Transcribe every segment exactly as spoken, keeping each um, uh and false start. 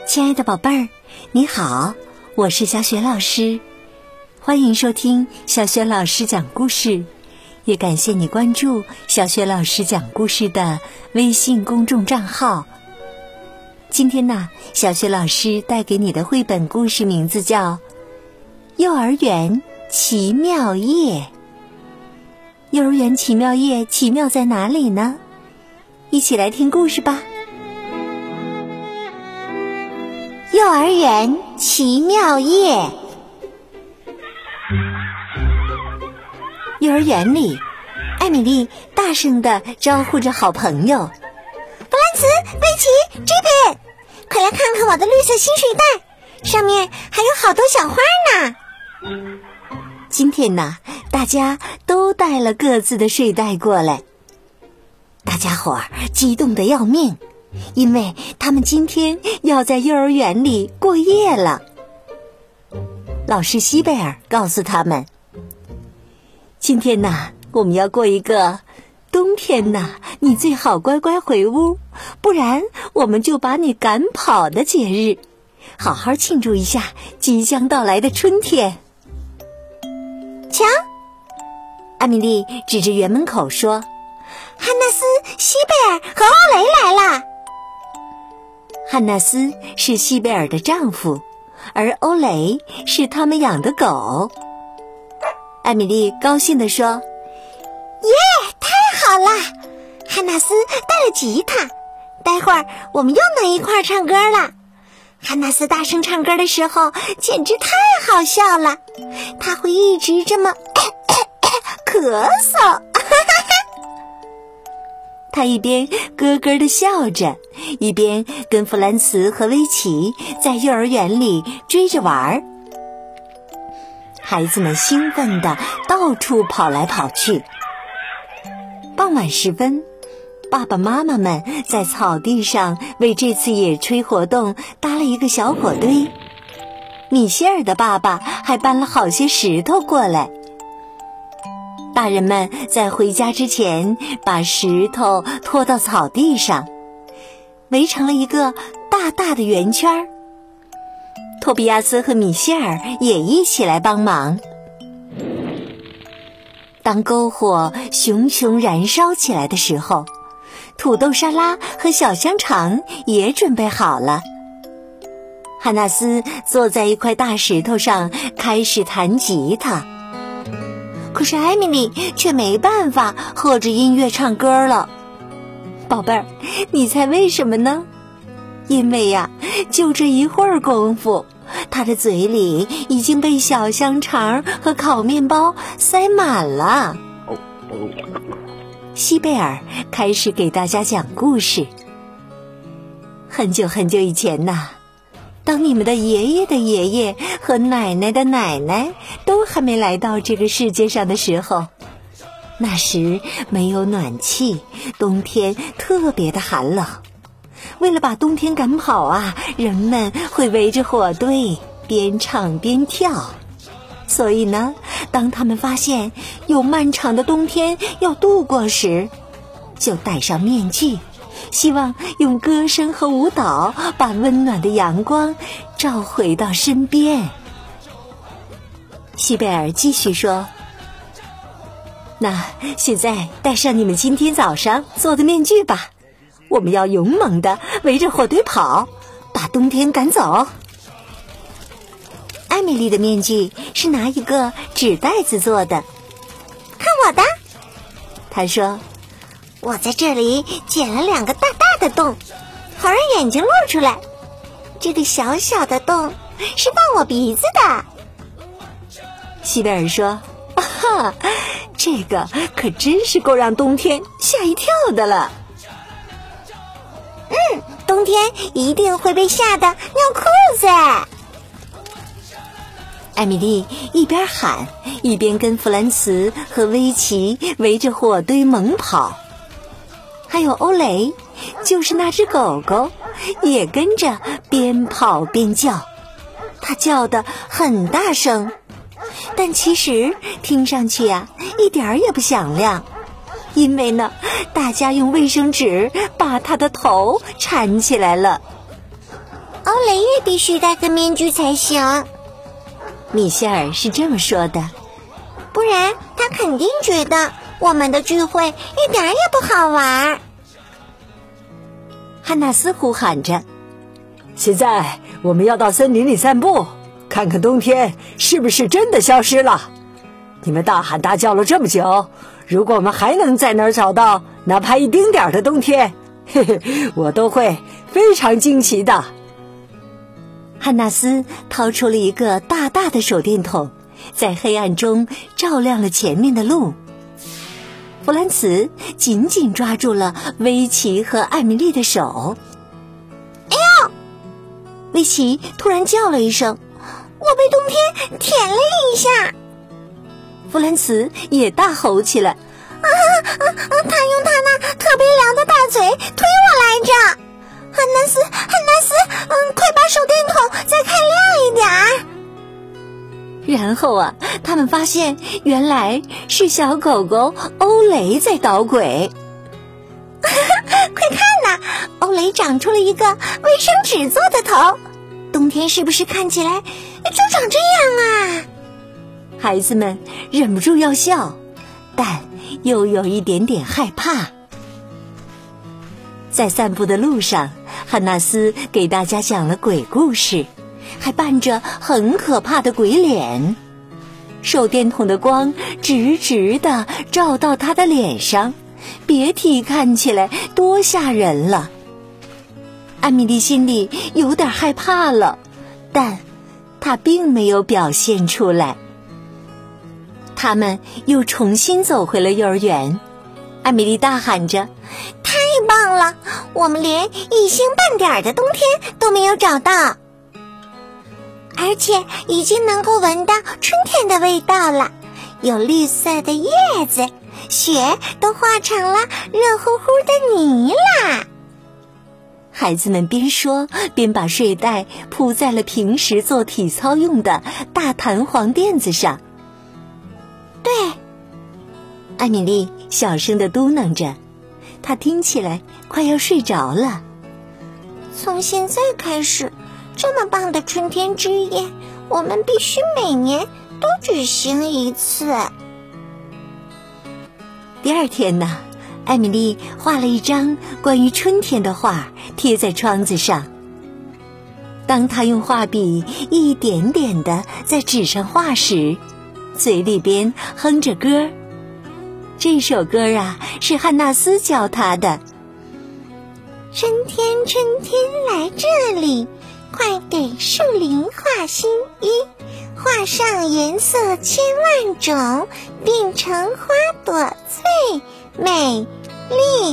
亲爱的宝贝儿，你好，我是小雪老师，欢迎收听小雪老师讲故事，也感谢你关注小雪老师讲故事的微信公众账号。今天呢，小雪老师带给你的绘本故事名字叫《幼儿园奇妙夜》。幼儿园奇妙夜奇妙在哪里呢？一起来听故事吧。幼儿园奇妙夜。幼儿园里，艾米丽大声地招呼着好朋友：弗兰茨、贝奇、这边，快来看看我的绿色新睡袋，上面还有好多小花呢。今天呢，大家都带了各自的睡袋过来，大家伙儿激动得要命，因为他们今天要在幼儿园里过夜了。老师西贝尔告诉他们，今天呢，我们要过一个冬天呢，你最好乖乖回屋，不然我们就把你赶跑的节日，好好庆祝一下即将到来的春天。瞧，艾米丽指着园门口说，汉纳斯、西贝尔和欧雷来啦。汉纳斯是西贝尔的丈夫，而欧雷是他们养的狗。艾米丽高兴地说，耶，太好了！汉纳斯带了吉他，待会儿我们又能一块儿唱歌了。汉纳斯大声唱歌的时候简直太好笑了，他会一直这么咳咳咳咳嗽他一边咯咯地笑着，一边跟弗兰茨和威奇在幼儿园里追着玩。孩子们兴奋地到处跑来跑去。傍晚时分，爸爸妈妈们在草地上为这次野炊活动搭了一个小火堆。米歇尔的爸爸还搬了好些石头过来。大人们在回家之前把石头拖到草地上，围成了一个大大的圆圈。托比亚斯和米歇尔也一起来帮忙。当篝火熊熊燃烧起来的时候，土豆沙拉和小香肠也准备好了。汉纳斯坐在一块大石头上开始弹吉他，可是艾米丽却没办法和着音乐唱歌了。宝贝儿，你猜为什么呢？因为呀，就这一会儿功夫，她的嘴里已经被小香肠和烤面包塞满了。西贝尔开始给大家讲故事。很久很久以前呐，当你们的爷爷的爷爷和奶奶的奶奶都还没来到这个世界上的时候，那时没有暖气，冬天特别的寒冷。为了把冬天赶跑啊，人们会围着火堆边唱边跳。所以呢，当他们发现有漫长的冬天要度过时，就戴上面具，希望用歌声和舞蹈把温暖的阳光照回到身边。西贝尔继续说，那现在戴上你们今天早上做的面具吧，我们要勇猛地围着火堆跑，把冬天赶走。艾米丽的面具是拿一个纸袋子做的。看我的，她说，我在这里剪了两个大大的洞，好让眼睛露出来。这个小小的洞是放我鼻子的。西贝尔说，啊哈，这个可真是够让冬天吓一跳的了。嗯，冬天一定会被吓得尿裤子。艾米丽一边喊，一边跟弗兰茨和威奇围着火堆猛跑。还有欧雷，就是那只狗狗，也跟着边跑边叫。它叫得很大声，但其实听上去啊，一点儿也不响亮。因为呢，大家用卫生纸把他的头缠起来了。哦， 欧雷也必须戴个面具才行。米歇尔是这么说的，不然他肯定觉得我们的聚会一点也不好玩。汉纳斯呼喊着， 现在我们要到森林里散步，看看冬天是不是真的消失了。你们大喊大叫了这么久，如果我们还能在哪儿找到哪怕一丁点的冬天，嘿嘿，我都会非常惊奇的。 汉纳斯掏出了一个大大的手电筒，在黑暗中照亮了前面的路。弗兰茨紧紧抓住了威奇和艾米丽的手。哎呦！威奇突然叫了一声，我被冬天舔了一下。弗兰茨也大吼起来，啊啊啊！他用他那特别凉的大嘴推我来着。汉纳斯，汉纳斯，嗯，快把手电筒再开亮一点儿。然后啊，他们发现原来是小狗狗欧雷在捣鬼。快看呐，欧雷长出了一个卫生纸做的头，冬天是不是看起来就长这样啊？孩子们忍不住要笑，但又有一点点害怕。在散步的路上，汉纳斯给大家讲了鬼故事，还扮着很可怕的鬼脸。手电筒的光直直地照到他的脸上，别提看起来多吓人了。艾米丽心里有点害怕了，但她并没有表现出来。他们又重新走回了幼儿园。艾米丽大喊着，太棒了，我们连一星半点的冬天都没有找到，而且已经能够闻到春天的味道了，有绿色的叶子，雪都化成了热乎乎的泥啦。孩子们边说边把睡袋铺在了平时做体操用的大弹簧垫子上。对，艾米丽小声地嘟囔着，她听起来快要睡着了。从现在开始，这么棒的春天之夜，我们必须每年都举行一次。第二天呢，艾米丽画了一张关于春天的画，贴在窗子上。当她用画笔一点点地在纸上画时，嘴里边哼着歌。这首歌啊，是汉纳斯教她的。春天，春天来这里，快给树林画新衣，画上颜色千万种，变成花朵最美丽。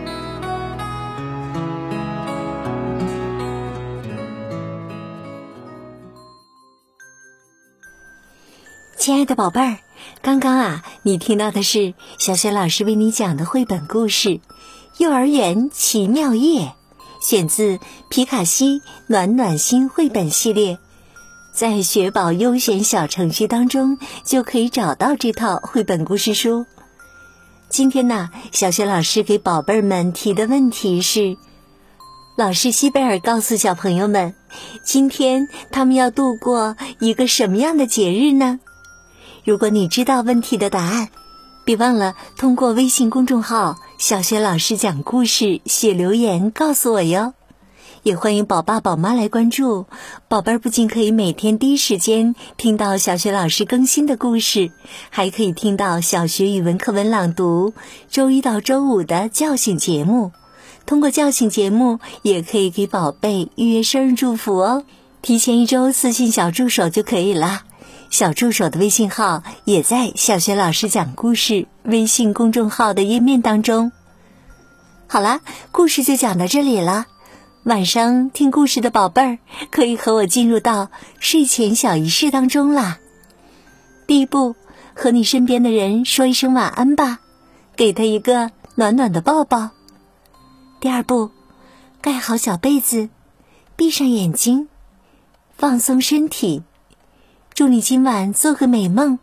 亲爱的宝贝儿，刚刚啊，你听到的是小雪老师为你讲的绘本故事《幼儿园奇妙夜》，选自皮卡西暖暖心绘本系列。在雪宝优选小程序当中就可以找到这套绘本故事书。今天呢，小雪老师给宝贝们提的问题是，老师西贝尔告诉小朋友们，今天他们要度过一个什么样的节日呢？如果你知道问题的答案，别忘了通过微信公众号小雪老师讲故事写留言告诉我哟。也欢迎宝爸宝妈来关注，宝贝儿不仅可以每天第一时间听到小雪老师更新的故事，还可以听到小学语文课文朗读，周一到周五的叫醒节目。通过叫醒节目也可以给宝贝预约生日祝福哦，提前一周私信小助手就可以了。小助手的微信号也在小学老师讲故事微信公众号的页面当中。好啦，故事就讲到这里了。晚上听故事的宝贝儿可以和我进入到睡前小仪式当中啦。第一步，和你身边的人说一声晚安吧，给他一个暖暖的抱抱。第二步，盖好小被子，闭上眼睛，放松身体。祝你今晚做个美梦。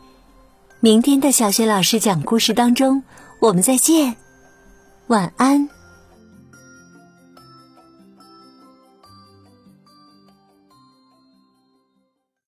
明天的小学老师讲故事当中，我们再见，晚安。